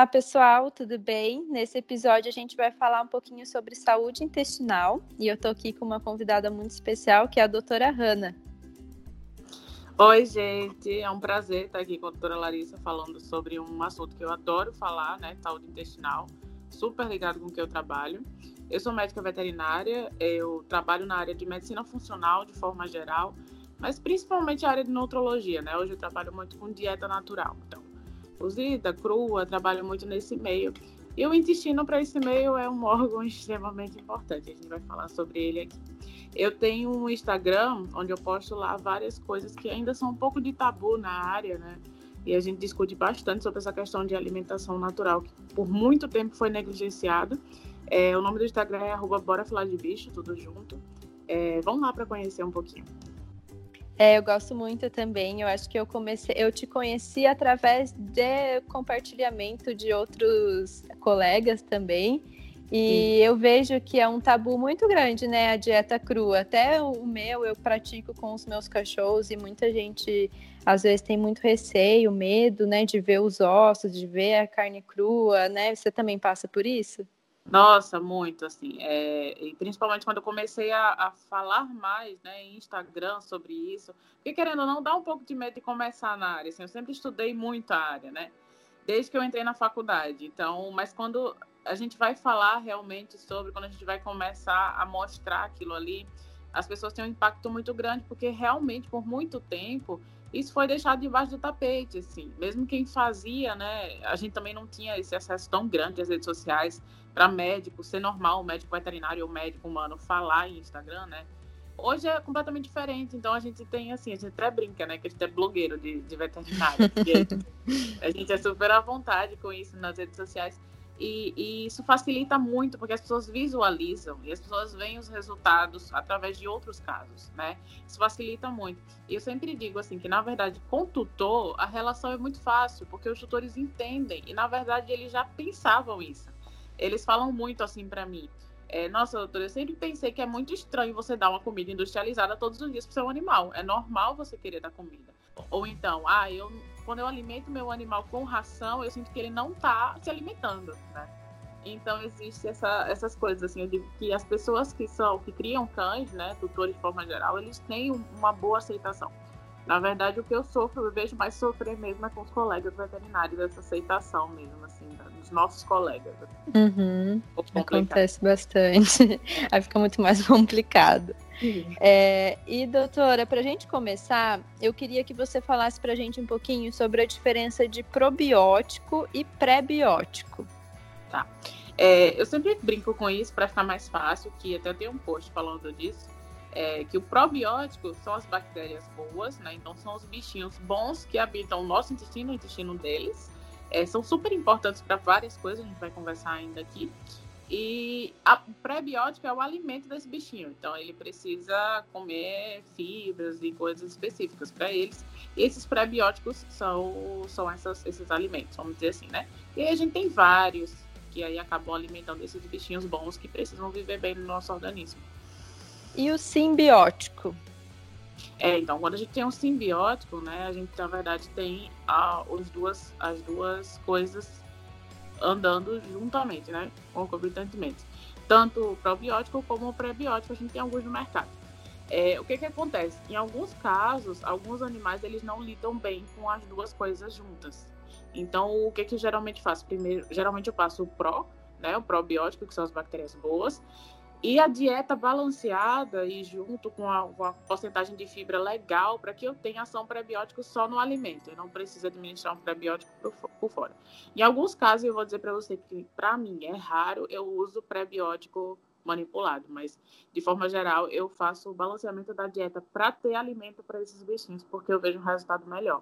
Olá, pessoal, tudo bem? Nesse episódio a gente vai falar um pouquinho sobre saúde intestinal e eu tô aqui com uma convidada muito especial, que é a doutora Hanna. Oi, gente, é um prazer estar aqui com a doutora Larissa falando sobre um assunto que eu adoro falar, né, saúde intestinal, super ligado com o que eu trabalho. Eu sou médica veterinária, eu trabalho na área de medicina funcional de forma geral, mas principalmente a área de nutrologia, né? Hoje eu trabalho muito com dieta natural, então cozida, crua, trabalho muito nesse meio. E o intestino para esse meio é um órgão extremamente importante, a gente vai falar sobre ele aqui. Eu tenho um Instagram onde eu posto lá várias coisas que ainda são um pouco de tabu na área, né? E a gente discute bastante sobre essa questão de alimentação natural, que por muito tempo foi negligenciada. O nome do Instagram é @borafalardebicho, tudo junto. Vamos lá para conhecer um pouquinho. Eu gosto muito também. Eu acho que eu te conheci através de compartilhamento de outros colegas também. E eu vejo que é um tabu muito grande, né, a dieta crua. Até o meu, eu pratico com os meus cachorros e muita gente, às vezes, tem muito receio, medo, né, de ver os ossos, de ver a carne crua, né? Você também passa por isso? Nossa, muito, assim, e principalmente quando eu comecei a falar mais, né, em Instagram sobre isso, porque querendo ou não, dá um pouco de medo de começar na área, assim, eu sempre estudei muito a área, né, desde que eu entrei na faculdade, então, mas quando a gente vai falar realmente sobre, quando a gente vai começar a mostrar aquilo ali, as pessoas têm um impacto muito grande, porque realmente, por muito tempo, isso foi deixado debaixo do tapete, assim, mesmo quem fazia, né, a gente também não tinha esse acesso tão grande às redes sociais, para médico, ser normal, o médico veterinário ou o médico humano falar em Instagram, né? Hoje é completamente diferente, então a gente tem, assim, a gente até brinca, né, que a gente é blogueiro de veterinário, porque a gente é super à vontade com isso nas redes sociais, e isso facilita muito, porque as pessoas visualizam, e as pessoas veem os resultados através de outros casos, né? Isso facilita muito. E eu sempre digo, assim, que na verdade, com o tutor, a relação é muito fácil, porque os tutores entendem, e na verdade eles já pensavam isso. Eles falam muito assim para mim. Nossa, doutora, eu sempre pensei que é muito estranho você dar uma comida industrializada todos os dias para o seu animal. É normal você querer dar comida. Ou então, quando eu alimento meu animal com ração, eu sinto que ele não está se alimentando, né? Então, existe essas coisas, assim, eu digo que as pessoas que criam cães, né, tutores de forma geral, eles têm uma boa aceitação. Na verdade, o que eu sofro, eu vejo mais sofrer mesmo é com os colegas veterinários, essa aceitação mesmo, assim, dos nossos colegas. Uhum. Acontece bastante. Aí fica muito mais complicado. E, doutora, para a gente começar, eu queria que você falasse para a gente um pouquinho sobre a diferença de probiótico e pré-biótico. Tá. Eu sempre brinco com isso para ficar mais fácil, que até tem um post falando disso. Que o probiótico são as bactérias boas, né? Então são os bichinhos bons que habitam o nosso intestino, o intestino deles. São super importantes para várias coisas, a gente vai conversar ainda aqui. E o pré-biótico é o alimento desse bichinho, então ele precisa comer fibras e coisas específicas para eles. E esses pré-bióticos são esses alimentos, vamos dizer assim, né? E aí a gente tem vários que aí acabam alimentando esses bichinhos bons que precisam viver bem no nosso organismo. E o simbiótico? Então, quando a gente tem um simbiótico, né, a gente, na verdade, tem as duas coisas andando juntamente, né, concomitantemente. Tanto o probiótico como o pré-biótico, a gente tem alguns no mercado. O que acontece? Em alguns casos, alguns animais, eles não lidam bem com as duas coisas juntas. Então, o que eu geralmente faço? Primeiro, geralmente eu passo o né, o probiótico, que são as bactérias boas, e a dieta balanceada e junto com a porcentagem de fibra legal para que eu tenha ação pré-biótica só no alimento. Eu não preciso administrar um pré-biótico por fora. Em alguns casos, eu vou dizer para você que, para mim, é raro eu uso pré-biótico manipulado, mas, de forma geral, eu faço o balanceamento da dieta para ter alimento para esses bichinhos, porque eu vejo um resultado melhor.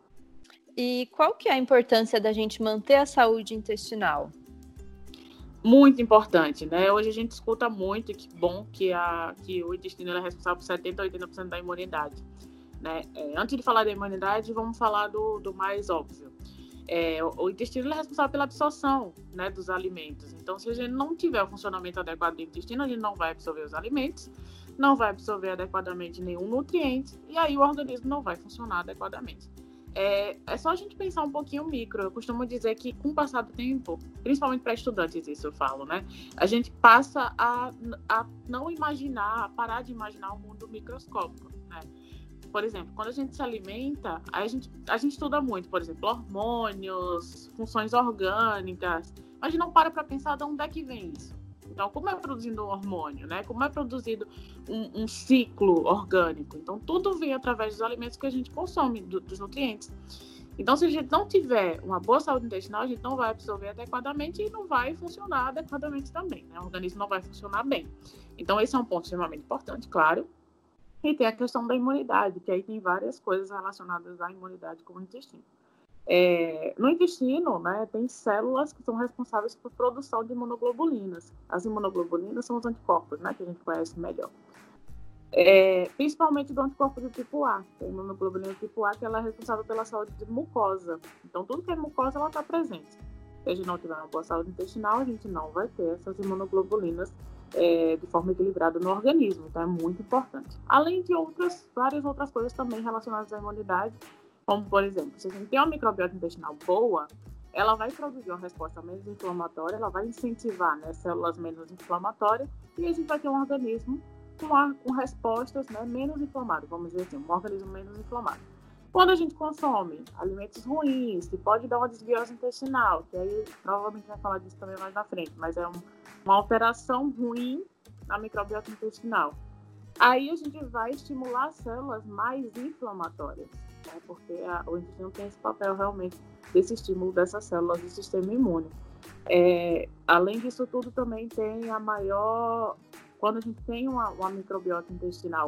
E qual que é a importância da gente manter a saúde intestinal? Muito importante, né? Hoje a gente escuta muito, e que bom que o intestino é responsável por 70% a 80% da imunidade, né? Antes de falar da imunidade, vamos falar do mais óbvio. O intestino é responsável pela absorção, né, dos alimentos. Então, se a gente não tiver o funcionamento adequado do intestino, a gente não vai absorver os alimentos, não vai absorver adequadamente nenhum nutriente, e aí o organismo não vai funcionar adequadamente. É só a gente pensar um pouquinho micro. Eu costumo dizer que, com o passar do tempo, principalmente para estudantes, isso eu falo, né? A gente passa a não imaginar, a parar de imaginar o mundo microscópico, né? Por exemplo, quando a gente se alimenta, a gente estuda muito, por exemplo, hormônios, funções orgânicas, mas a gente não para pensar de onde é que vem isso. Então, como é produzido um hormônio, né? Como é produzido um ciclo orgânico? Então, tudo vem através dos alimentos que a gente consome, dos nutrientes. Então, se a gente não tiver uma boa saúde intestinal, a gente não vai absorver adequadamente e não vai funcionar adequadamente também, né? O organismo não vai funcionar bem. Então, esse é um ponto extremamente importante, claro. E tem a questão da imunidade, que aí tem várias coisas relacionadas à imunidade com o intestino. No intestino, né, tem células que são responsáveis por produção de imunoglobulinas. As imunoglobulinas são os anticorpos, né, que a gente conhece melhor. Principalmente do anticorpo do tipo A, que é a imunoglobulina do tipo A, que ela é responsável pela saúde de mucosa. Então, tudo que é mucosa, ela está presente. Se a gente não tiver uma boa saúde intestinal, a gente não vai ter essas imunoglobulinas de forma equilibrada no organismo. Então, é muito importante. Além de várias outras coisas também relacionadas à imunidade, como, por exemplo, se a gente tem uma microbiota intestinal boa, ela vai produzir uma resposta menos inflamatória, ela vai incentivar, né, células menos inflamatórias, e a gente vai ter um organismo com respostas, né, menos inflamadas, vamos dizer assim, um organismo menos inflamado. Quando a gente consome alimentos ruins, que pode dar uma desbiose intestinal, que aí provavelmente vai falar disso também mais na frente, mas é uma alteração ruim na microbiota intestinal. Aí a gente vai estimular células mais inflamatórias, né? Porque o intestino tem esse papel realmente desse estímulo dessas células do sistema imune. Além disso tudo, também tem quando a gente tem uma microbiota intestinal.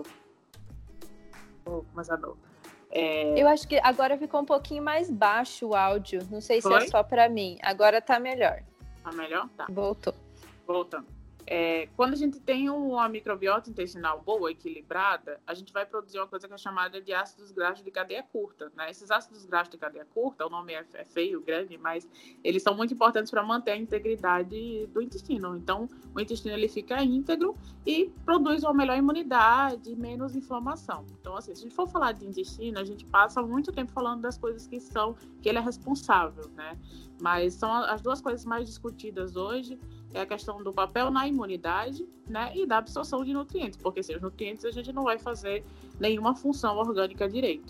Vou começar de novo. Eu acho que agora ficou um pouquinho mais baixo o áudio. Não sei se é só para mim. Agora tá melhor. Tá melhor? Tá. Voltou. Voltando. Quando a gente tem uma microbiota intestinal boa, equilibrada, a gente vai produzir uma coisa que é chamada de ácidos graxos de cadeia curta, né? Esses ácidos graxos de cadeia curta, o nome é feio, grande, mas eles são muito importantes para manter a integridade do intestino. Então, o intestino ele fica íntegro e produz uma melhor imunidade e menos inflamação. Então, assim, se a gente for falar de intestino, a gente passa muito tempo falando das coisas que ele é responsável, né? Mas são as duas coisas mais discutidas hoje, é a questão do papel na imunidade, né, e da absorção de nutrientes, porque sem os nutrientes a gente não vai fazer nenhuma função orgânica direito.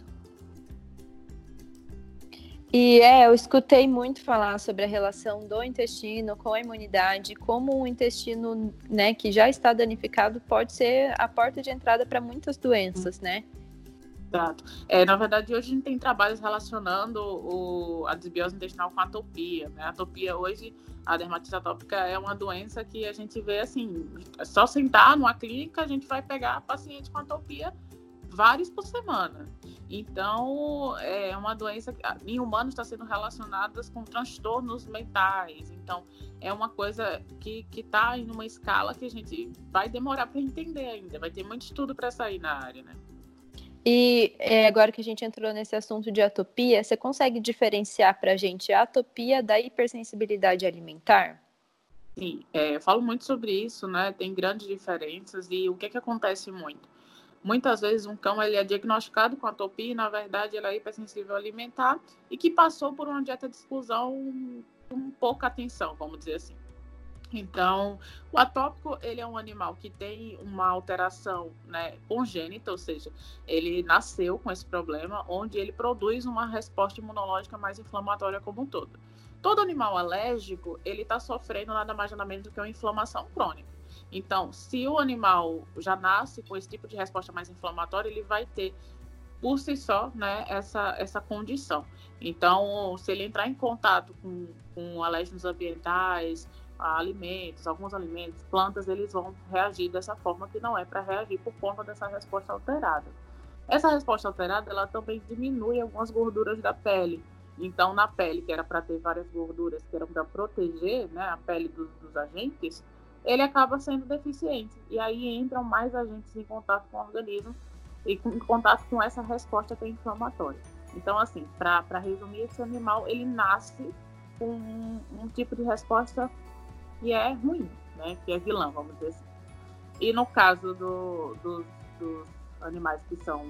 E eu escutei muito falar sobre a relação do intestino com a imunidade, como o intestino, né, que já está danificado pode ser a porta de entrada para muitas doenças, né? Exato. Na verdade, hoje a gente tem trabalhos relacionando a desbiose intestinal com a atopia, né? A atopia hoje, a dermatite atópica é uma doença que a gente vê assim, só sentar numa clínica, a gente vai pegar paciente com atopia vários por semana. Então, é uma doença que em humanos está sendo relacionada com transtornos mentais. Então, é uma coisa que está em uma escala que a gente vai demorar para entender ainda. Vai ter muito estudo para sair na área, né? E agora que a gente entrou nesse assunto de atopia, você consegue diferenciar para a gente a atopia da hipersensibilidade alimentar? Sim, eu falo muito sobre isso, né? Tem grandes diferenças e o que acontece muito? Muitas vezes um cão ele é diagnosticado com atopia e, na verdade, ele é hipersensível alimentar e que passou por uma dieta de exclusão com pouca atenção, vamos dizer assim. Então, o atópico, ele é um animal que tem uma alteração, né, congênita, ou seja, ele nasceu com esse problema, onde ele produz uma resposta imunológica mais inflamatória como um todo. Todo animal alérgico, ele está sofrendo nada mais nada menos do que uma inflamação crônica. Então, se o animal já nasce com esse tipo de resposta mais inflamatória, ele vai ter, por si só, né, essa condição. Então, se ele entrar em contato com alérgenos ambientais, alguns alimentos, plantas, eles vão reagir dessa forma que não é para reagir por conta dessa resposta alterada. Essa resposta alterada, ela também diminui algumas gorduras da pele. Então, na pele, que era para ter várias gorduras, que eram para proteger, né, a pele dos agentes, ele acaba sendo deficiente. E aí entram mais agentes em contato com o organismo e em contato com essa resposta que é inflamatória. Então, assim, para resumir, esse animal, ele nasce com um tipo de resposta que é ruim, né? Que é vilã, vamos dizer assim. E no caso dos animais que são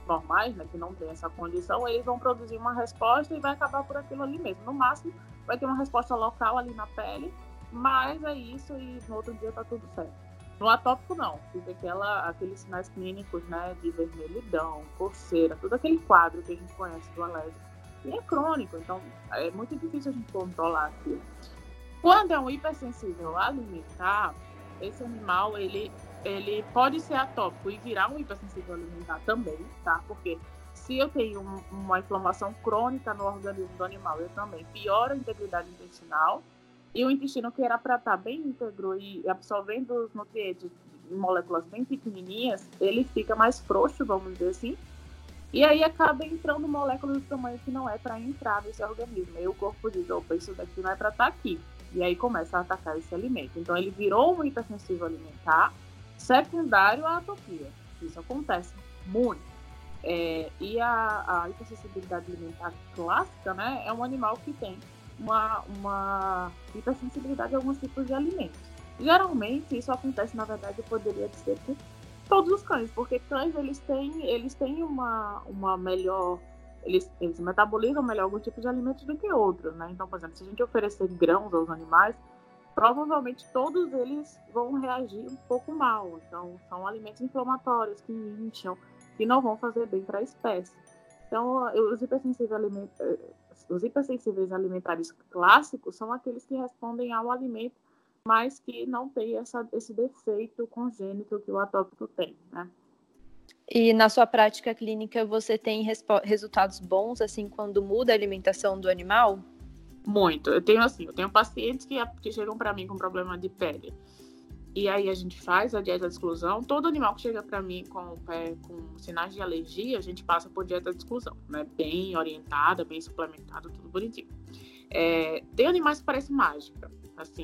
normais, né, que não tem essa condição, eles vão produzir uma resposta e vai acabar por aquilo ali mesmo. No máximo, vai ter uma resposta local ali na pele, mas é isso e no outro dia tá tudo certo. No atópico, não. Fica aqueles sinais clínicos, né, de vermelhidão, coceira, todo aquele quadro que a gente conhece do alérgico. E é crônico, então é muito difícil a gente controlar aquilo. Quando é um hipersensível alimentar, esse animal, ele pode ser atópico e virar um hipersensível alimentar também, tá? Porque se eu tenho uma inflamação crônica no organismo do animal, eu também pioro a integridade intestinal, e o intestino, que era para estar bem íntegro e absorvendo os nutrientes em moléculas bem pequenininhas, ele fica mais frouxo, vamos dizer assim, e aí acaba entrando moléculas do tamanho que não é para entrar nesse organismo. Aí o corpo diz, opa, isso daqui não é para estar aqui. E aí começa a atacar esse alimento. Então ele virou um hipersensível alimentar secundário à atopia. Isso acontece muito. E a hipersensibilidade alimentar clássica, né, é um animal que tem uma hipersensibilidade a alguns tipos de alimentos. Geralmente isso acontece, na verdade, poderia ser com todos os cães, porque cães eles têm uma melhor, eles metabolizam melhor alguns tipos de alimentos do que outros, né? Então, por exemplo, se a gente oferecer grãos aos animais, provavelmente todos eles vão reagir um pouco mal. Então, são alimentos inflamatórios que incham, que não vão fazer bem para a espécie. Então, os hipersensíveis alimentares clássicos são aqueles que respondem ao alimento, mas que não tem esse defeito congênito que o atópico tem, né? E na sua prática clínica, você tem resultados bons, assim, quando muda a alimentação do animal? Muito. Eu tenho pacientes que chegam para mim com problema de pele. E aí a gente faz a dieta de exclusão. Todo animal que chega para mim com sinais de alergia, a gente passa por dieta de exclusão, né? Bem orientada, bem suplementada, tudo bonitinho. Tem animais que parecem mágica. Assim,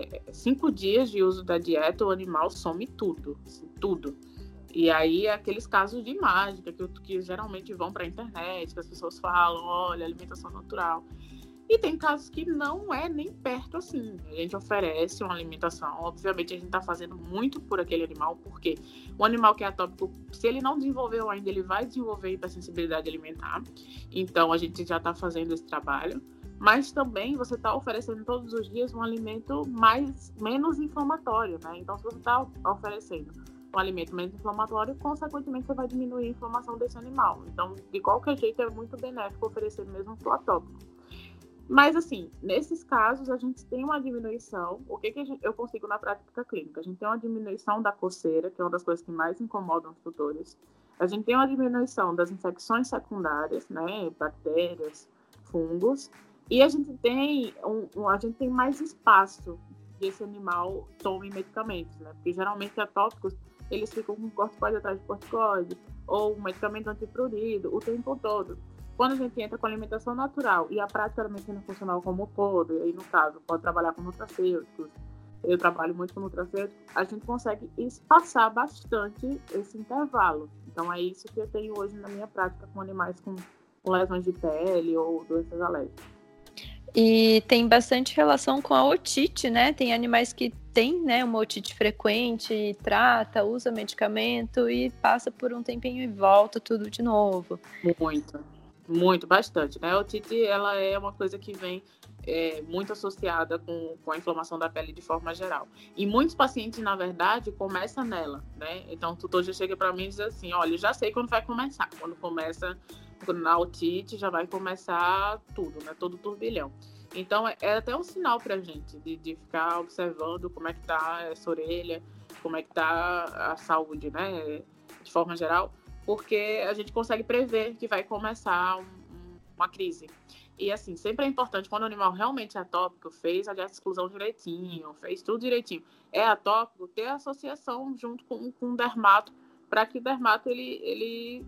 5 dias de uso da dieta, o animal some tudo, assim, tudo. E aí, aqueles casos de mágica que geralmente vão para a internet, que as pessoas falam, olha, alimentação natural. E tem casos que não é nem perto assim. A gente oferece uma alimentação. Obviamente, a gente está fazendo muito por aquele animal, porque o animal que é atópico, se ele não desenvolveu ainda, ele vai desenvolver hipersensibilidade alimentar. Então, a gente já está fazendo esse trabalho. Mas também você está oferecendo todos os dias um alimento menos inflamatório, né? Então, se você está oferecendo um alimento menos inflamatório, consequentemente, você vai diminuir a inflamação desse animal. Então, de qualquer jeito, é muito benéfico oferecer mesmo para o atópico. Mas, assim, nesses casos, a gente tem uma diminuição. O que eu consigo na prática clínica? A gente tem uma diminuição da coceira, que é uma das coisas que mais incomodam os tutores. A gente tem uma diminuição das infecções secundárias, né? Bactérias, fungos. E a gente tem mais espaço que esse animal tome medicamentos, né? Porque, geralmente, atópicos, eles ficam com corticoide atrás de corticoide, ou medicamento antiprurido o tempo todo. Quando a gente entra com alimentação natural e a prática da medicina funcional como um todo, e aí, no caso, pode trabalhar com nutracêuticos, eu trabalho muito com nutracêuticos, a gente consegue espaçar bastante esse intervalo. Então, é isso que eu tenho hoje na minha prática com animais com lesões de pele ou doenças alérgicas. E tem bastante relação com a otite, né? Tem animais que têm, né, uma otite frequente, trata, usa medicamento e passa por um tempinho e volta tudo de novo. Muito, bastante, né? A otite, ela é uma coisa que vem muito associada com a inflamação da pele de forma geral. E muitos pacientes, na verdade, começam nela, né? Então, o tutor já chega para mim e diz assim, olha, já sei quando vai começar. Na otite, já vai começar tudo, né? Todo turbilhão. Então, é até um sinal pra gente de ficar observando como é que tá essa orelha, como é que tá a saúde, né? De forma geral, porque a gente consegue prever que vai começar uma crise. E, assim, sempre é importante, quando o animal realmente é atópico, fez a dieta de exclusão direitinho, fez tudo direitinho, é atópico, ter associação junto com o dermato, para que o dermato, ele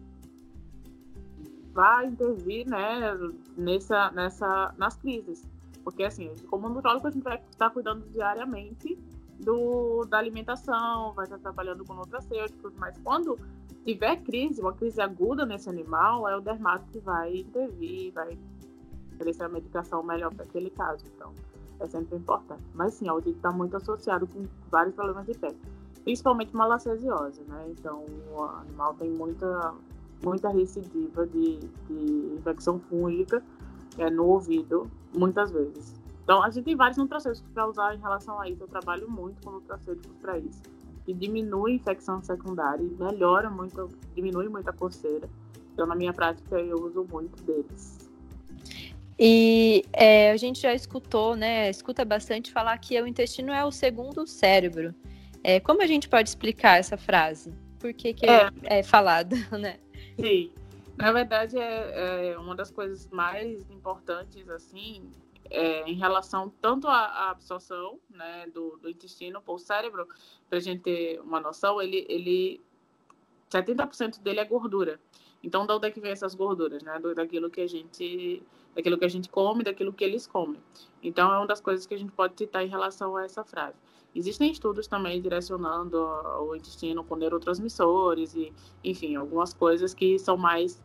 vai intervir, né, nas crises. Porque, assim, como nutrólogo, a gente vai estar cuidando diariamente da alimentação, vai estar trabalhando com nutracêuticos, mas quando tiver crise, uma crise aguda nesse animal, é o dermato que vai intervir, vai oferecer a medicação melhor para aquele caso. Então, é sempre importante. Mas sim, a otite está muito associado com vários problemas de pele, principalmente malacesiose, né? Então, o animal tem muita recidiva de infecção fúngica no ouvido, muitas vezes. Então, a gente tem vários nutracêuticos para usar em relação a isso. Eu trabalho muito com nutracêuticos para isso. Que diminui a infecção secundária e melhora muito, diminui muito a coceira. Então, na minha prática, eu uso muito deles. E a gente já escutou, né? Escuta bastante falar que o intestino é o segundo cérebro. Como a gente pode explicar essa frase? Por que é falado, né? Sim. Na verdade, é uma das coisas mais importantes, assim, em relação tanto à absorção, né, do intestino por cérebro, para a gente ter uma noção, ele 70% dele é gordura. Então, de onde é que vem essas gorduras, né? Daquilo que a gente come, daquilo que eles comem. Então, é uma das coisas que a gente pode citar em relação a essa frase. Existem estudos também direcionando o intestino com neurotransmissores e, enfim, algumas coisas que são mais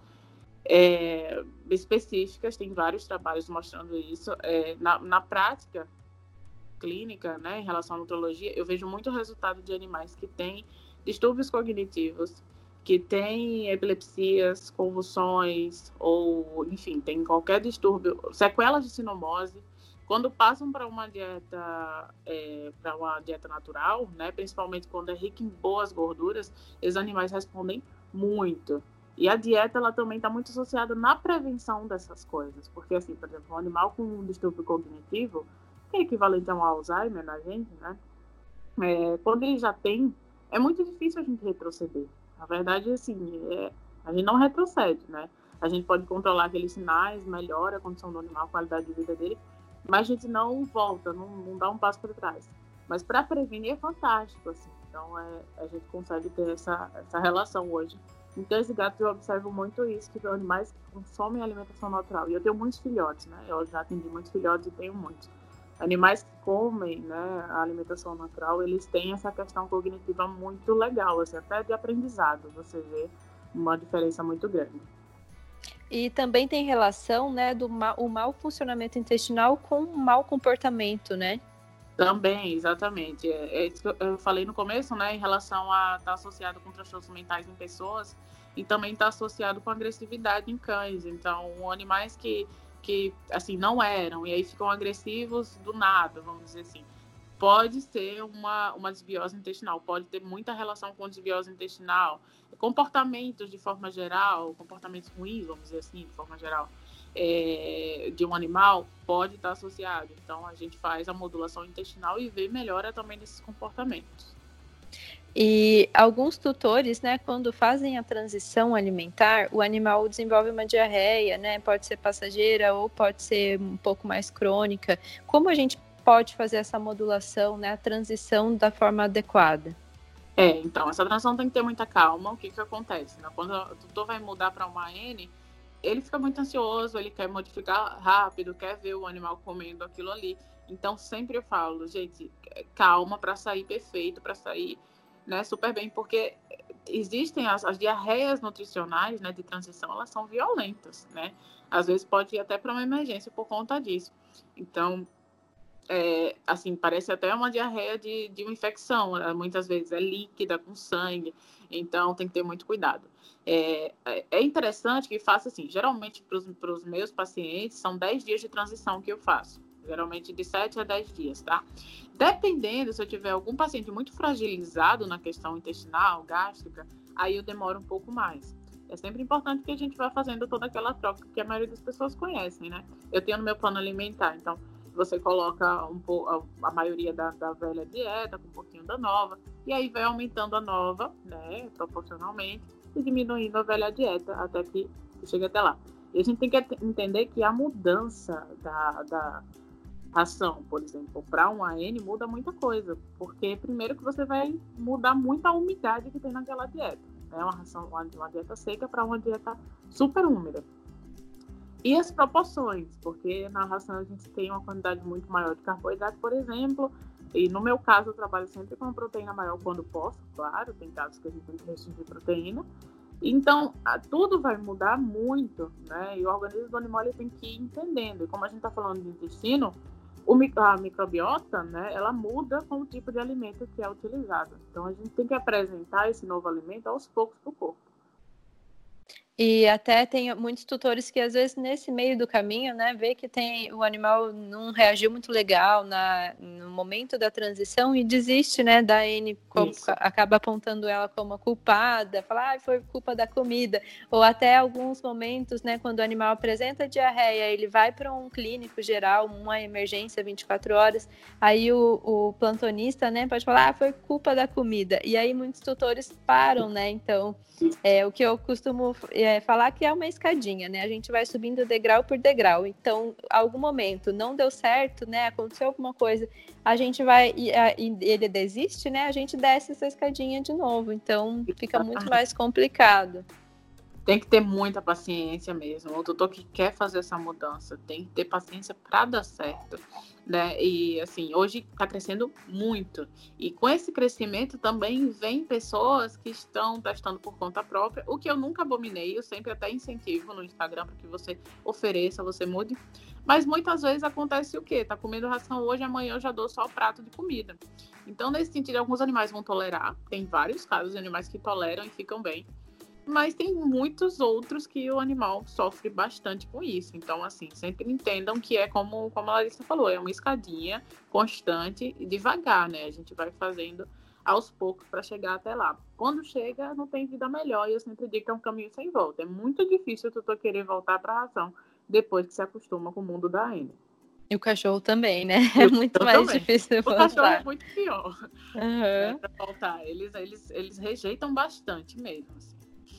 específicas. Tem vários trabalhos mostrando isso. Na prática clínica, né, em relação à nutrologia, eu vejo muito resultado de animais que têm distúrbios cognitivos, que têm epilepsias, convulsões, ou, enfim, tem qualquer distúrbio, sequelas de sinomose, quando passam para uma dieta natural, né, principalmente quando é rica em boas gorduras, esses animais respondem muito. E a dieta, ela também está muito associada na prevenção dessas coisas, porque, assim, por exemplo, um animal com um distúrbio cognitivo, que é equivalente a um Alzheimer na gente, né, quando ele já tem, é muito difícil a gente retroceder. Na verdade, assim, a gente não retrocede, né? A gente pode controlar aqueles sinais, melhora a condição do animal, a qualidade de vida dele, mas a gente não volta, não dá um passo para trás. Mas para prevenir é fantástico, assim. Então, a gente consegue ter essa relação hoje. Em cães e gatos, eu observo muito isso, que são animais que consomem alimentação natural. E eu tenho muitos filhotes, né? Eu já atendi muitos filhotes e tenho muitos. Animais que comem, né, a alimentação natural, eles têm essa questão cognitiva muito legal, assim, até de aprendizado, você vê uma diferença muito grande. E também tem relação, né, o mau funcionamento intestinal com o mau comportamento, né? Também, exatamente. É isso que eu falei no começo, né, em relação a estar associado com transtornos mentais em pessoas e também está associado com agressividade em cães. Então, animais que assim, não eram, e aí ficam agressivos do nada, vamos dizer assim. Pode ser uma desbiose intestinal, pode ter muita relação com desbiose intestinal. Comportamentos de forma geral, comportamentos ruins, vamos dizer assim, de forma geral, de um animal, pode estar associado. Então, a gente faz a modulação intestinal e vê melhora também desses comportamentos. E alguns tutores, né, quando fazem a transição alimentar, o animal desenvolve uma diarreia, né, pode ser passageira ou pode ser um pouco mais crônica. Como a gente pode fazer essa modulação, né, a transição da forma adequada? Então, essa transição tem que ter muita calma. O que acontece, né? Quando o tutor vai mudar para uma N, ele fica muito ansioso, ele quer modificar rápido, quer ver o animal comendo aquilo ali. Então, sempre eu falo, gente, calma para sair perfeito, para sair, né, super bem, porque existem as diarreias nutricionais, né, de transição, elas são violentas, né? Às vezes pode ir até para uma emergência por conta disso. Então, assim, parece até uma diarreia de uma infecção, né? Muitas vezes é líquida, com sangue, então tem que ter muito cuidado. É interessante que faça assim, geralmente para os meus pacientes, são 10 dias de transição que eu faço. Geralmente de 7 a 10 dias, tá? Dependendo, se eu tiver algum paciente muito fragilizado na questão intestinal, gástrica, aí eu demoro um pouco mais. É sempre importante que a gente vá fazendo toda aquela troca que a maioria das pessoas conhecem, né? Eu tenho no meu plano alimentar, então você coloca a maioria da velha dieta com um pouquinho da nova, e aí vai aumentando a nova, né, proporcionalmente, e diminuindo a velha dieta até que chegue até lá. E a gente tem que entender que a mudança da ração, por exemplo, para um AN muda muita coisa, porque primeiro que você vai mudar muito a umidade que tem naquela dieta, né? Uma dieta seca para uma dieta super úmida. E as proporções, porque na ração a gente tem uma quantidade muito maior de carboidrato, por exemplo, e no meu caso eu trabalho sempre com uma proteína maior quando posso, claro, tem casos que a gente tem que restringir proteína. Então, tudo vai mudar muito, né? E o organismo do animal ele tem que ir entendendo. E como a gente está falando de intestino, a microbiota, né, ela muda com o tipo de alimento que é utilizado. Então, a gente tem que apresentar esse novo alimento aos poucos para o corpo. E até tem muitos tutores que, às vezes, nesse meio do caminho, né, vê que o animal não reagiu muito legal no momento da transição e desiste, né, da N, acaba apontando ela como a culpada, fala, foi culpa da comida. Ou até alguns momentos, né, quando o animal apresenta diarreia, ele vai para um clínico geral, uma emergência 24 horas, aí o plantonista, né, pode falar, foi culpa da comida. E aí muitos tutores param, né, então... o que eu costumo falar que é uma escadinha, né? A gente vai subindo degrau por degrau. Então, algum momento não deu certo, né? Aconteceu alguma coisa, a gente vai e ele desiste, né? A gente desce essa escadinha de novo. Então, fica muito mais complicado. Tem que ter muita paciência mesmo. O tutor que quer fazer essa mudança tem que ter paciência para dar certo, né? E assim, hoje está crescendo muito. E com esse crescimento também vem pessoas que estão testando por conta própria, o que eu nunca abominei, eu sempre até incentivo no Instagram para que você ofereça, você mude. Mas muitas vezes acontece o quê? Tá comendo ração hoje, amanhã eu já dou só o prato de comida. Então, nesse sentido, alguns animais vão tolerar. Tem vários casos de animais que toleram e ficam bem. Mas tem muitos outros que o animal sofre bastante com isso. Então, assim, sempre entendam que é como a Larissa falou, é uma escadinha constante e devagar, né? A gente vai fazendo aos poucos para chegar até lá. Quando chega, não tem vida melhor e eu sempre digo que é um caminho sem volta. É muito difícil o tutor querer voltar para a ração depois que se acostuma com o mundo da N. E o cachorro também, né? É muito mais difícil voltar. O cachorro é muito pior para voltar. Eles rejeitam bastante mesmo, assim.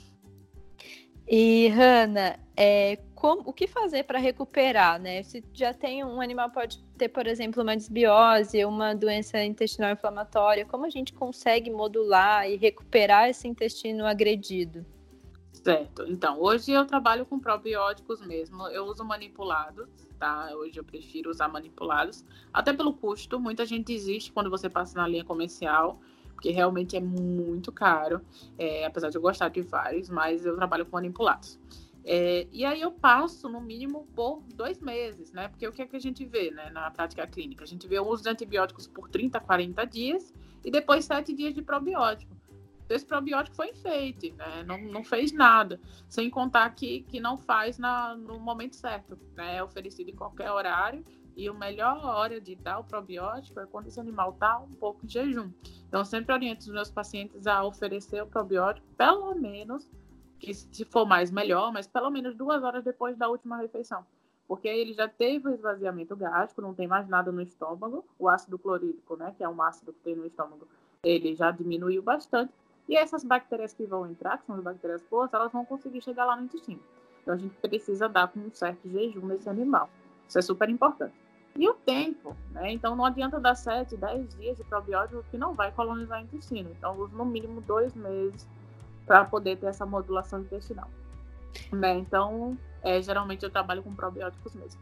E, Hanna, o que fazer para recuperar, né? Se já tem um animal, pode ter, por exemplo, uma desbiose, uma doença intestinal inflamatória, como a gente consegue modular e recuperar esse intestino agredido? Certo. Então, hoje eu trabalho com probióticos mesmo. Eu uso manipulados, tá? Hoje eu prefiro usar manipulados, até pelo custo. Muita gente desiste quando você passa na linha comercial, porque realmente é muito caro, apesar de eu gostar de vários, mas eu trabalho com manipulados. E aí eu passo, no mínimo, por 2 meses, né? Porque o que é que a gente vê, né, na prática clínica? A gente vê o uso de antibióticos por 30, 40 dias e depois 7 dias de probiótico. Esse probiótico foi enfeite, né? Não fez nada, sem contar que não faz no momento certo, né? É oferecido em qualquer horário e a melhor hora de dar o probiótico é quando esse animal está um pouco em jejum. Então, eu sempre oriento os meus pacientes a oferecer o probiótico, pelo menos, que se for mais, melhor, mas pelo menos 2 horas depois da última refeição. Porque aí ele já teve o esvaziamento gástrico, não tem mais nada no estômago, o ácido clorídrico, né, que é um ácido que tem no estômago, ele já diminuiu bastante. E essas bactérias que vão entrar, que são as bactérias boas, elas vão conseguir chegar lá no intestino. Então, a gente precisa dar com um certo jejum nesse animal. Isso é super importante. E o tempo, né? Então, não adianta dar 7, 10 dias de probiótico que não vai colonizar o intestino. Então, uso no mínimo 2 meses para poder ter essa modulação intestinal. Né? Então, geralmente eu trabalho com probióticos mesmo.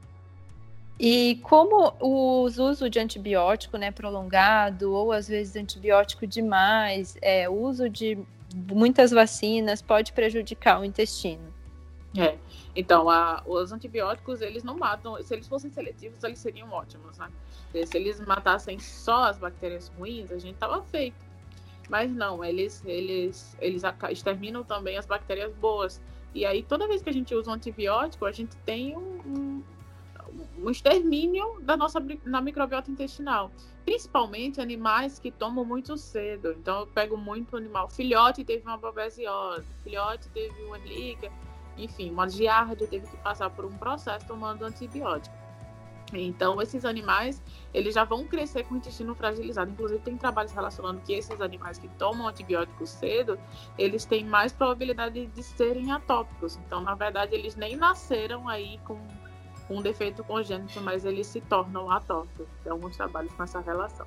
E como o uso de antibiótico, né, prolongado, ou às vezes antibiótico demais, o uso de muitas vacinas pode prejudicar o intestino? Então, os antibióticos, eles não matam. Se eles fossem seletivos, eles seriam ótimos, né? Se eles matassem só as bactérias ruins, a gente tava feito. Mas não, eles exterminam também as bactérias boas. E aí, toda vez que a gente usa um antibiótico, a gente tem um extermínio na microbiota intestinal. Principalmente animais que tomam muito cedo. Então, eu pego muito animal. Filhote teve uma babesiose, filhote teve uma Ehrlichia, enfim, uma giardia, teve que passar por um processo tomando antibiótico. Então, esses animais, eles já vão crescer com o intestino fragilizado. Inclusive, tem trabalhos relacionando que esses animais que tomam antibiótico cedo, eles têm mais probabilidade de serem atópicos. Então, na verdade, eles nem nasceram aí com um defeito congênito, mas eles se tornam atópicos. Tem alguns trabalhos com essa relação.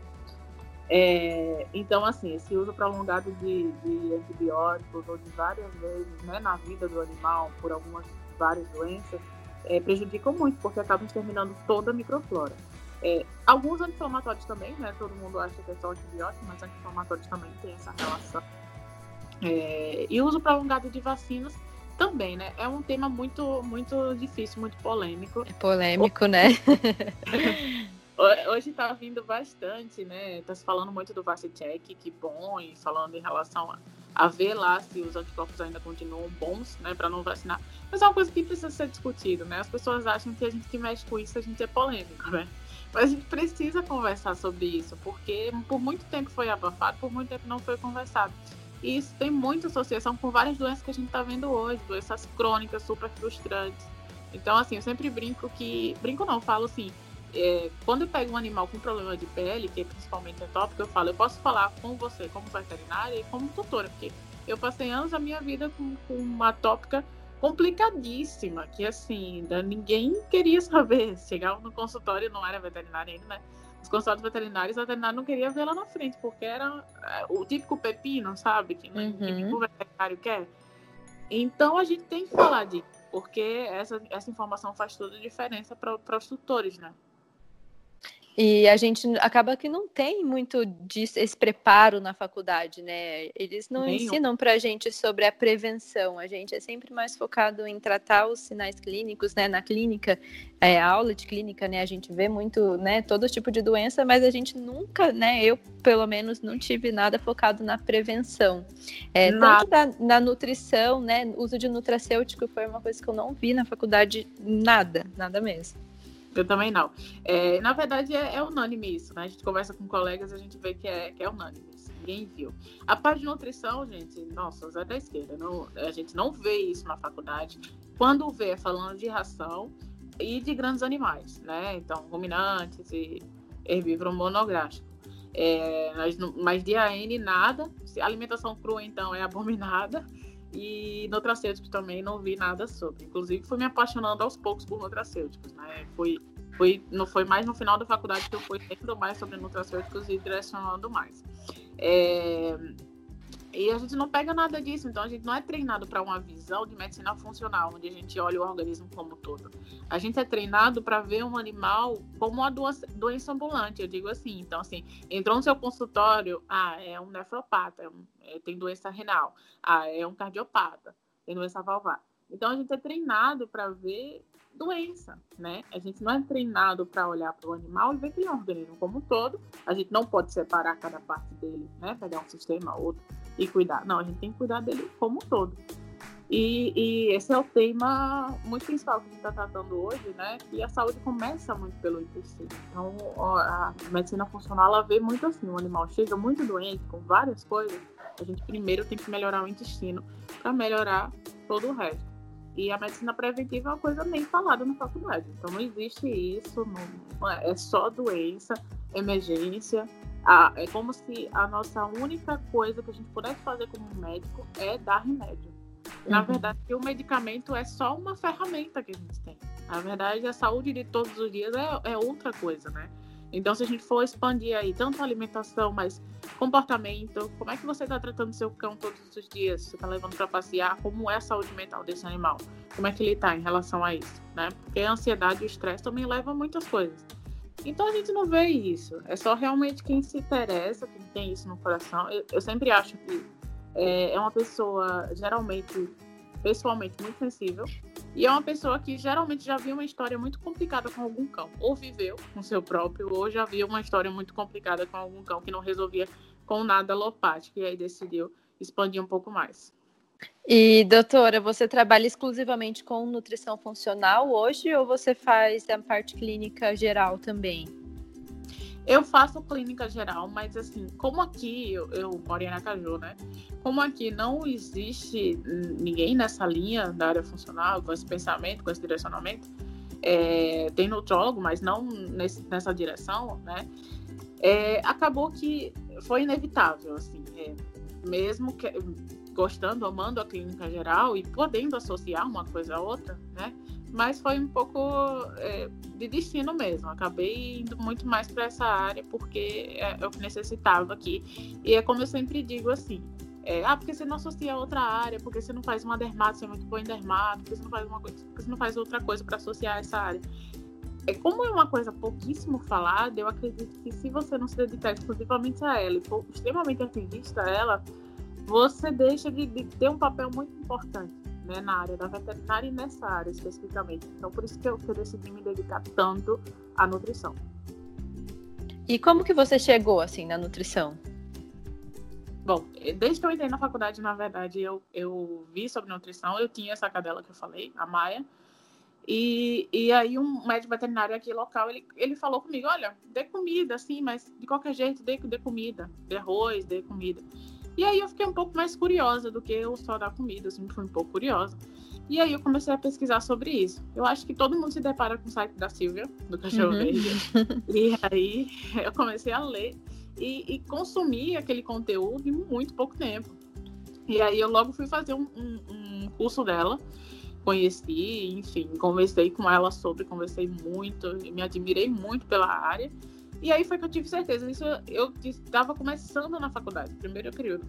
Então, assim, esse uso prolongado de antibióticos ou de várias vezes, né, na vida do animal, por várias doenças, prejudicam muito, porque acabam exterminando toda a microflora. Alguns anti-inflamatórios também, né? Todo mundo acha que é só antibiótico, mas anti-inflamatórios também tem essa relação. E o uso prolongado de vacinas também, né? É um tema muito, muito difícil, muito polêmico. É polêmico, né? Hoje está vindo bastante, né? Está se falando muito do Vaccitech, que bom, e falando em relação a ver lá se os anticorpos ainda continuam bons, né, para não vacinar. Mas é uma coisa que precisa ser discutida, né? As pessoas acham que a gente que mexe com isso, a gente é polêmico, né? Mas a gente precisa conversar sobre isso, porque por muito tempo foi abafado, por muito tempo não foi conversado. E isso tem muita associação com várias doenças que a gente está vendo hoje, doenças crônicas, super frustrantes. Então, assim, eu sempre brinco que... Brinco não, falo assim, quando eu pego um animal com problema de pele, que principalmente é tópico, eu falo, eu posso falar com você como veterinária e como tutora, porque eu passei anos da minha vida com uma tópica complicadíssima, que assim, ninguém queria saber. Chegava no consultório, não era veterinária ainda, né? Os consultórios veterinários, a veterinária não queria ver lá na frente, porque era o típico pepino, sabe? Que o veterinário quer. Então, a gente tem que falar disso, porque essa informação faz toda a diferença para os tutores, né? E a gente acaba que não tem muito esse preparo na faculdade, né? Eles não ensinam para a gente sobre a prevenção. A gente é sempre mais focado em tratar os sinais clínicos, né? Na clínica, a aula de clínica, né? A gente vê muito, né? Todo tipo de doença, mas a gente nunca, né? Eu, pelo menos, não tive nada focado na prevenção. Tanto na nutrição, né? Uso de nutracêutico foi uma coisa que eu não vi na faculdade, nada mesmo. Eu também não. Na verdade, é unânime isso, né? A gente conversa com colegas e a gente vê que é unânime isso. Ninguém viu. A parte de nutrição, gente, nossa, Zé da esquerda. A gente não vê isso na faculdade. Quando vê, é falando de ração e de grandes animais, né? Então, ruminantes e herbívoro monográfico. Mas de AN, nada. Alimentação crua, então, é abominada. E nutracêuticos também não vi nada sobre. Inclusive, fui me apaixonando aos poucos por nutracêuticos, né? Não foi mais no final da faculdade que eu fui lendo mais sobre nutracêuticos e direcionando mais. E a gente não pega nada disso, então a gente não é treinado para uma visão de medicina funcional, onde a gente olha o organismo como um todo. A gente é treinado para ver um animal como uma doença ambulante, eu digo assim. Então, assim, entrou no seu consultório, é um nefropata, tem doença renal, é um cardiopata, tem doença valvar. Então, a gente é treinado para ver doença, né? A gente não é treinado para olhar para o animal e ver que ele é um organismo como um todo. A gente não pode separar cada parte dele, né? Pegar um sistema, outro e cuidar. Não, a gente tem que cuidar dele como um todo. E esse é o tema muito principal que a gente está tratando hoje, né? E a saúde começa muito pelo intestino. Então, a medicina funcional, ela vê muito assim, o animal chega muito doente, com várias coisas, a gente primeiro tem que melhorar o intestino para melhorar todo o resto. E a medicina preventiva é uma coisa nem falada na faculdade. Então, não existe isso, é só doença, emergência. É como se a nossa única coisa que a gente pudesse fazer como médico é dar remédio. Na verdade, o medicamento é só uma ferramenta que a gente tem. Na verdade, a saúde de todos os dias é outra coisa, né? Então, se a gente for expandir aí tanto a alimentação, mas comportamento, como é que você está tratando seu cão todos os dias? Você está levando para passear? Como é a saúde mental desse animal? Como é que ele está em relação a isso, né? Porque a ansiedade e o estresse também levam a muitas coisas. Então, a gente não vê isso. É só realmente quem se interessa, quem tem isso no coração. Eu sempre acho que é uma pessoa, geralmente, pessoalmente, muito sensível. E é uma pessoa que geralmente já viu uma história muito complicada com algum cão. Ou viveu com seu próprio, ou já viu uma história muito complicada com algum cão que não resolvia com nada alopático. E aí decidiu expandir um pouco mais. E, doutora, você trabalha exclusivamente com nutrição funcional hoje ou você faz a parte clínica geral também? Eu faço clínica geral, mas assim, como aqui, eu moro em Aracaju, né? Como aqui não existe ninguém nessa linha da área funcional, com esse pensamento, com esse direcionamento, tem nutrólogo, mas não nessa direção, né? Acabou que foi inevitável, assim, mesmo que gostando, amando a clínica geral e podendo associar uma coisa a outra, né? Mas foi um pouco de destino mesmo. Acabei indo muito mais para essa área porque é o que necessitava aqui. E é como eu sempre digo assim, porque você não associa a outra área, porque você não faz uma dermato, você é muito boa em dermato, porque você não faz uma coisa, porque você não faz outra coisa para associar essa área. Como é uma coisa pouquíssimo falada, eu acredito que se você não se dedicar exclusivamente a ela e for extremamente ativista a ela, você deixa de ter um papel muito importante, né, na área da veterinária e nessa área especificamente. Então, por isso que eu decidi me dedicar tanto à nutrição. E como que você chegou, assim, na nutrição? Bom, desde que eu entrei na faculdade, na verdade, eu vi sobre nutrição, eu tinha essa cadela que eu falei, a Maia, e aí um médico veterinário aqui local, ele falou comigo, olha, dê comida, assim, mas de qualquer jeito, dê comida, dê arroz, dê comida. E aí eu fiquei um pouco mais curiosa do que eu só dar comida, assim, fui um pouco curiosa. E aí eu comecei a pesquisar sobre isso. Eu acho que todo mundo se depara com o site da Silvia, do Cachorro Verde. E aí eu comecei a ler e consumir aquele conteúdo em muito pouco tempo. E aí eu logo fui fazer um curso dela, conheci, enfim, conversei com ela conversei muito, me admirei muito pela área. E aí foi que eu tive certeza. Isso eu estava começando na faculdade, primeiro período.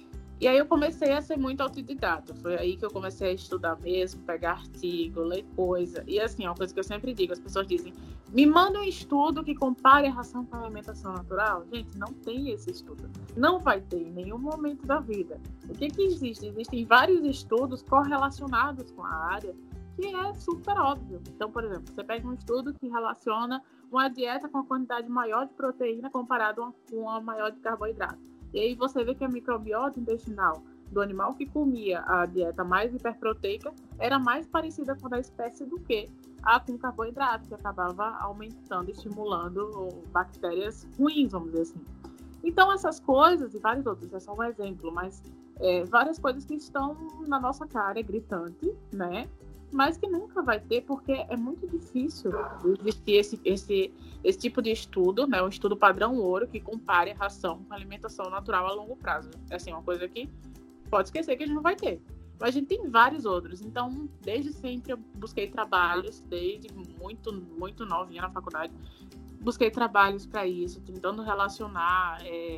E aí eu comecei a ser muito autodidata. Foi aí que eu comecei a estudar mesmo, pegar artigo, ler coisa. E assim, é uma coisa que eu sempre digo, as pessoas dizem, me manda um estudo que compare a ração com a alimentação natural. Gente, não tem esse estudo. Não vai ter em nenhum momento da vida. O que existe? Existem vários estudos correlacionados com a área, que é super óbvio. Então, por exemplo, você pega um estudo que relaciona uma dieta com uma quantidade maior de proteína comparado com uma maior de carboidrato. E aí você vê que a microbiota intestinal do animal que comia a dieta mais hiperproteica era mais parecida com a da espécie do que a com carboidrato, que acabava aumentando, estimulando bactérias ruins, vamos dizer assim. Então, essas coisas e vários outros, é só um exemplo, mas várias coisas que estão na nossa cara, é gritante, né? Mas que nunca vai ter, porque é muito difícil existir esse tipo de estudo, né? Um estudo padrão ouro que compare a ração com a alimentação natural a longo prazo. É assim, uma coisa que pode esquecer que a gente não vai ter. Mas a gente tem vários outros. Então, desde sempre eu busquei trabalhos, desde muito, muito novinha na faculdade, busquei trabalhos para isso, tentando relacionar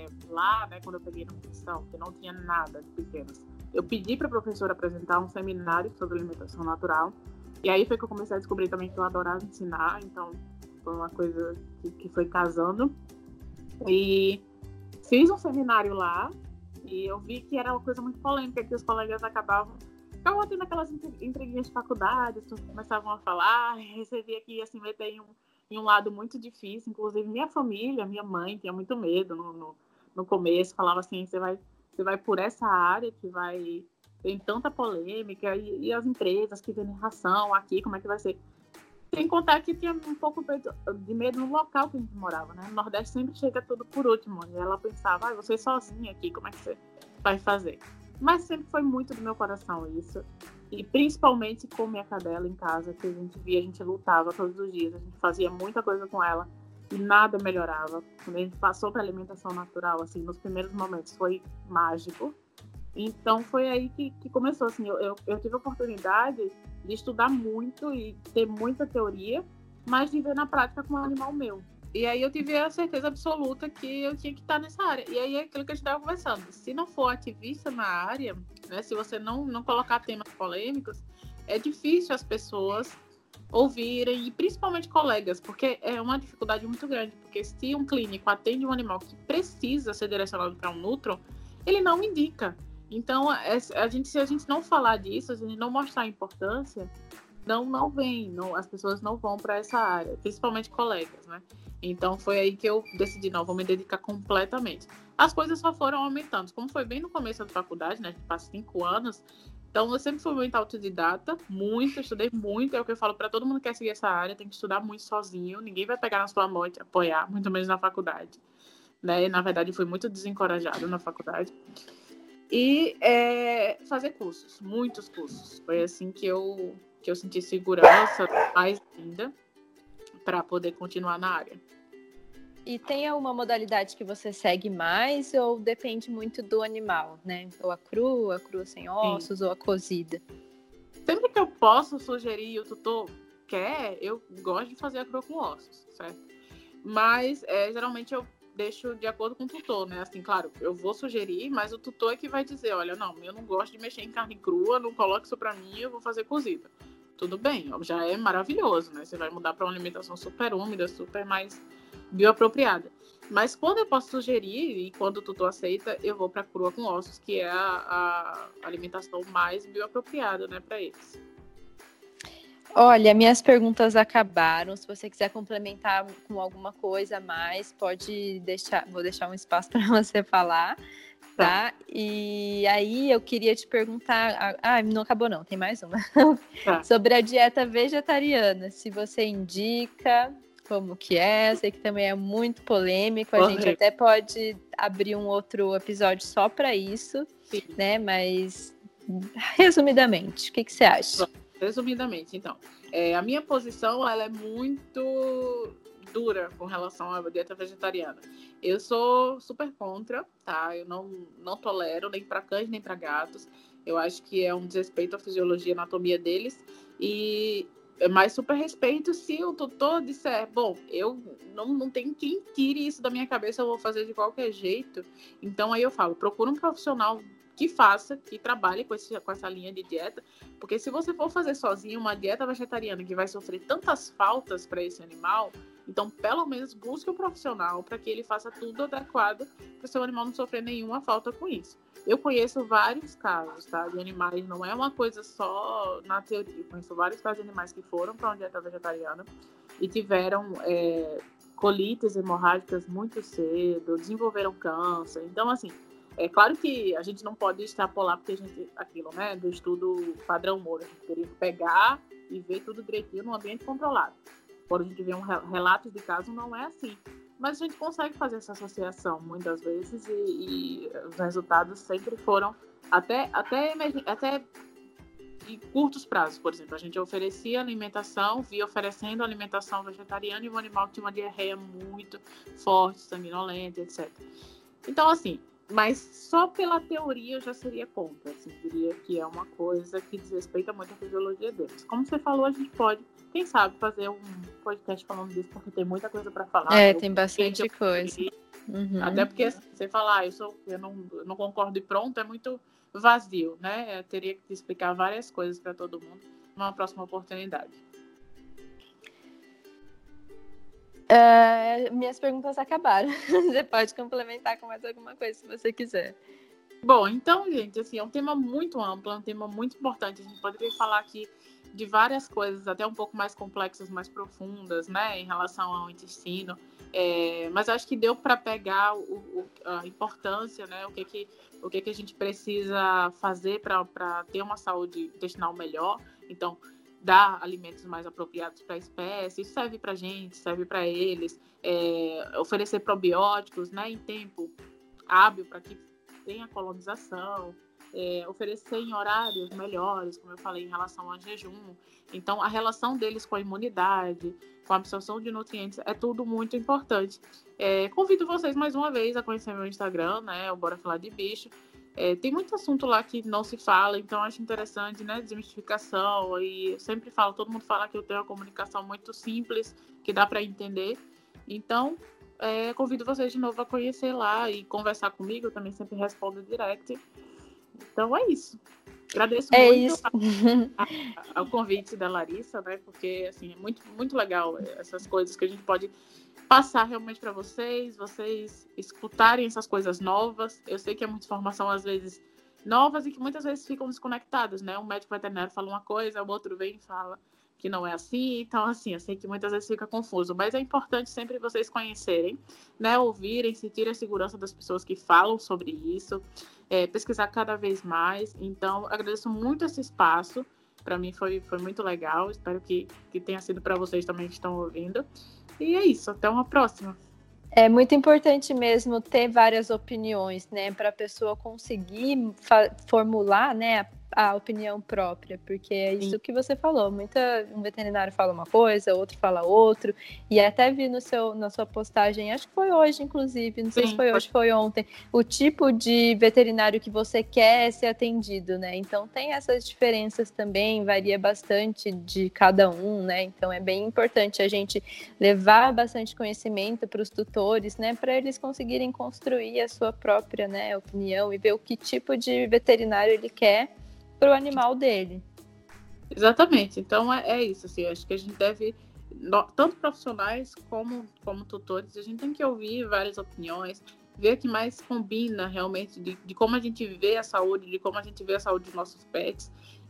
lá, né, quando eu peguei nutrição, que não tinha nada de pequenos. Eu pedi para a professora apresentar um seminário sobre alimentação natural. E aí foi que eu comecei a descobrir também que eu adorava ensinar. Então, foi uma coisa que foi casando. E fiz um seminário lá. E eu vi que era uma coisa muito polêmica, que os colegas acabavam tendo aquelas entreguinhas de faculdade, começavam a falar. E você via que ia se meter em um lado muito difícil. Inclusive, minha família, minha mãe, tinha muito medo no começo. Falava assim, você vai por essa área que tem tanta polêmica e as empresas que vendem ração aqui, como é que vai ser? Sem contar que tinha um pouco de medo no local que a gente morava, né? No Nordeste sempre chega tudo por último. E ela pensava, você sozinha aqui, como é que você vai fazer? Mas sempre foi muito do meu coração isso. E principalmente com minha cadela em casa, que a gente lutava todos os dias. A gente fazia muita coisa com ela e nada melhorava. Quando a gente passou para alimentação natural, assim, nos primeiros momentos foi mágico. Então foi aí que começou, assim, eu tive a oportunidade de estudar muito e ter muita teoria, mas de ver na prática com um animal meu. E aí eu tive a certeza absoluta que eu tinha que estar nessa área. E aí é aquilo que a gente estava conversando. Se não for ativista na área, né, se você não colocar temas polêmicos, é difícil as pessoas ouvirem, e principalmente colegas, porque é uma dificuldade muito grande, porque se um clínico atende um animal que precisa ser direcionado para um nutro, ele não indica. Então, se a gente não falar disso, se a gente não mostrar a importância, não vem, as pessoas não vão para essa área, principalmente colegas, né? Então, foi aí que eu decidi, vou me dedicar completamente. As coisas só foram aumentando. Como foi bem no começo da faculdade, né? A gente passa 5 anos, então, eu sempre fui muito autodidata, estudei muito, é o que eu falo para todo mundo que quer seguir essa área, tem que estudar muito sozinho, ninguém vai pegar na sua mão e te apoiar, muito menos na faculdade, né? Na verdade, eu fui muito desencorajada na faculdade. E fazer cursos, muitos cursos. Foi assim que eu senti segurança, mais ainda, para poder continuar na área. E tem alguma modalidade que você segue mais ou depende muito do animal, né? Ou a crua sem ossos, Sim. Ou a cozida? Sempre que eu posso sugerir e o tutor quer, eu gosto de fazer a crua com ossos, certo? Mas geralmente eu deixo de acordo com o tutor, né? Assim, claro, eu vou sugerir, mas o tutor é que vai dizer, olha, não, eu não gosto de mexer em carne crua, não coloque isso pra mim, eu vou fazer cozida. Tudo bem, já é maravilhoso, né? Você vai mudar para uma alimentação super úmida, super mais bioapropriada. Mas quando eu posso sugerir e quando o tutor aceita, eu vou para crua com ossos, que é a alimentação mais bioapropriada, né, para eles. Olha, minhas perguntas acabaram. Se você quiser complementar com alguma coisa a mais, pode deixar. Vou deixar um espaço para você falar, tá? E aí eu queria te perguntar. Não acabou não, tem mais uma. Sobre a dieta vegetariana. Se você indica, como que é? Sei que também é muito polêmico. A gente até pode abrir um outro episódio só para isso, sim, né? Mas resumidamente, o que você acha? Resumidamente, então, a minha posição ela é muito dura com relação à dieta vegetariana. Eu sou super contra, tá? Eu não tolero nem para cães nem para gatos. Eu acho que é um desrespeito à fisiologia e anatomia deles. E mais super respeito se o tutor disser, bom, eu não tenho quem tire isso da minha cabeça, eu vou fazer de qualquer jeito. Então aí eu falo, procura um profissional que faça, que trabalhe com essa linha de dieta, porque se você for fazer sozinho uma dieta vegetariana que vai sofrer tantas faltas para esse animal, então pelo menos busque um profissional para que ele faça tudo adequado para o seu animal não sofrer nenhuma falta com isso. Eu conheço vários casos, tá, de animais, não é uma coisa só na teoria, eu conheço vários casos de animais que foram para uma dieta vegetariana e tiveram colites hemorrágicas muito cedo, desenvolveram câncer, então assim, é claro que a gente não pode extrapolar, porque a gente, aquilo, né, do estudo padrão Moura, a gente teria que pegar e ver tudo direitinho num ambiente controlado. Quando a gente vê relatos de caso, não é assim. Mas a gente consegue fazer essa associação muitas vezes e os resultados sempre foram até de curtos prazos. Por exemplo, a gente oferecia alimentação, via oferecendo alimentação vegetariana e o animal tinha uma diarreia muito forte, sanguinolenta, etc. Então, assim, mas só pela teoria eu já seria contra. Assim, diria que é uma coisa que desrespeita muito a fisiologia deles. Como você falou, a gente pode, quem sabe, fazer um podcast falando disso, porque tem muita coisa para falar. Tem bastante coisa. Uhum. Até porque assim, você falar, eu não concordo e pronto, é muito vazio, né? Eu teria que explicar várias coisas para todo mundo numa próxima oportunidade. Minhas perguntas acabaram. Você pode complementar com mais alguma coisa se você quiser. Bom, então, gente, assim, é um tema muito amplo, é um tema muito importante. A gente poderia falar aqui de várias coisas, até um pouco mais complexas, mais profundas, né, em relação ao intestino. Mas acho que deu para pegar a importância, né, o que a gente precisa fazer para ter uma saúde intestinal melhor. Então, dar alimentos mais apropriados para a espécie, isso serve para a gente, serve para eles. Oferecer probióticos, né, em tempo hábil para que tenha colonização, oferecer em horários melhores, como eu falei, em relação ao jejum. Então, a relação deles com a imunidade, com a absorção de nutrientes, é tudo muito importante. Convido vocês mais uma vez a conhecer meu Instagram, né, o Bora Falar de Bicho. Tem muito assunto lá que não se fala, então acho interessante, né, desmistificação, e eu sempre falo, todo mundo fala que eu tenho uma comunicação muito simples, que dá para entender. Então, convido vocês de novo a conhecer lá e conversar comigo, eu também sempre respondo direct. Então é isso. Agradeço muito ao convite da Larissa, né? Porque assim, é muito, muito legal essas coisas que a gente pode passar realmente para vocês escutarem essas coisas novas. Eu sei que é muita informação, às vezes, novas e que muitas vezes ficam desconectadas, né? Um médico veterinário fala uma coisa, o outro vem e fala que não é assim. Então, assim, eu sei que muitas vezes fica confuso, mas é importante sempre vocês conhecerem, né? Ouvirem, sentirem a segurança das pessoas que falam sobre isso, pesquisar cada vez mais. Então, agradeço muito esse espaço. Para mim foi muito legal. Espero que tenha sido para vocês também que estão ouvindo. E é isso, até uma próxima. É muito importante mesmo ter várias opiniões, né, para a pessoa conseguir formular, né, a opinião própria, porque é isso que você falou, um veterinário fala uma coisa, outro fala outro, e até vi na sua postagem, acho que foi hoje, inclusive, não sei se foi hoje, foi ontem, o tipo de veterinário que você quer ser atendido, né, então tem essas diferenças também, varia bastante de cada um, né, então é bem importante a gente levar bastante conhecimento para os tutores, né, para eles conseguirem construir a sua própria, né, opinião e ver o que tipo de veterinário ele quer para o animal dele. Exatamente. Então é isso. Assim, acho que a gente deve, tanto profissionais como tutores, a gente tem que ouvir várias opiniões, ver o que mais combina realmente de como a gente vê a saúde, de como a gente vê a saúde dos nossos pets.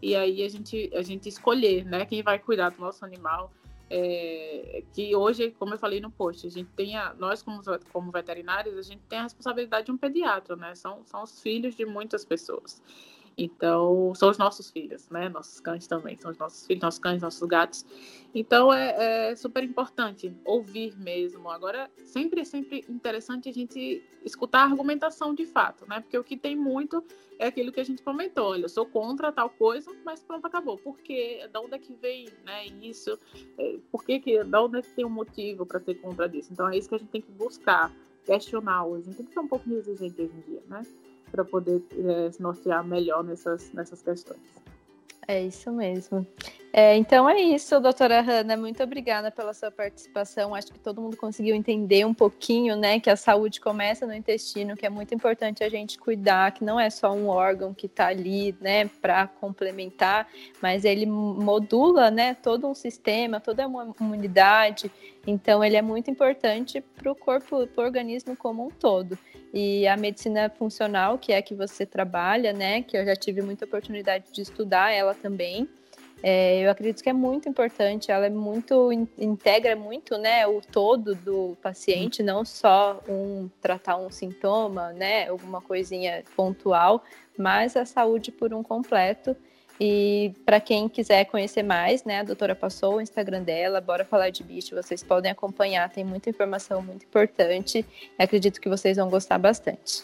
e aí a gente escolher, né, quem vai cuidar do nosso animal. Que hoje, como eu falei no post, a gente nós como veterinários, a gente tem a responsabilidade de um pediatra, né? São os filhos de muitas pessoas. Então, são os nossos filhos, né? Nossos cães também, são os nossos filhos, nossos cães, nossos gatos. Então, é super importante ouvir mesmo. Agora, sempre interessante a gente escutar a argumentação de fato, né? Porque o que tem muito é aquilo que a gente comentou. Olha, eu sou contra tal coisa, mas pronto, acabou. Por quê? Da onde é que vem, né, isso? Da onde é que tem um motivo para ser contra disso? Então, é isso que a gente tem que buscar, questionar hoje. A gente tem que ser um pouco mais exigente hoje em dia, né? Para poder se nortear melhor nessas questões. É isso mesmo. Então é isso, doutora Hanna, muito obrigada pela sua participação. Acho que todo mundo conseguiu entender um pouquinho, né, que a saúde começa no intestino, que é muito importante a gente cuidar, que não é só um órgão que está ali, né, para complementar, mas ele modula, né, todo um sistema, toda uma imunidade. Então ele é muito importante para o corpo, para o organismo como um todo. E a medicina funcional, que é a que você trabalha, né, que eu já tive muita oportunidade de estudar ela também, eu acredito que é muito importante, ela integra muito, né, o todo do paciente, não só tratar um sintoma, né, alguma coisinha pontual, mas a saúde por um completo. E para quem quiser conhecer mais, né, a doutora passou o Instagram dela, Bora Falar de Bicho, vocês podem acompanhar, tem muita informação muito importante, acredito que vocês vão gostar bastante.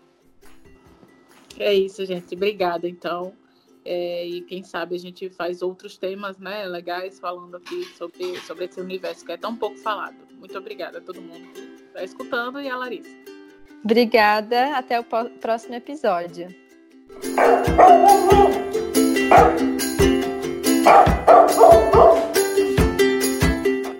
É isso, gente, obrigada, então. E quem sabe a gente faz outros temas, né, legais, falando aqui sobre esse universo que é tão pouco falado. Muito obrigada a todo mundo que está escutando e a Larissa. Obrigada, até o próximo episódio.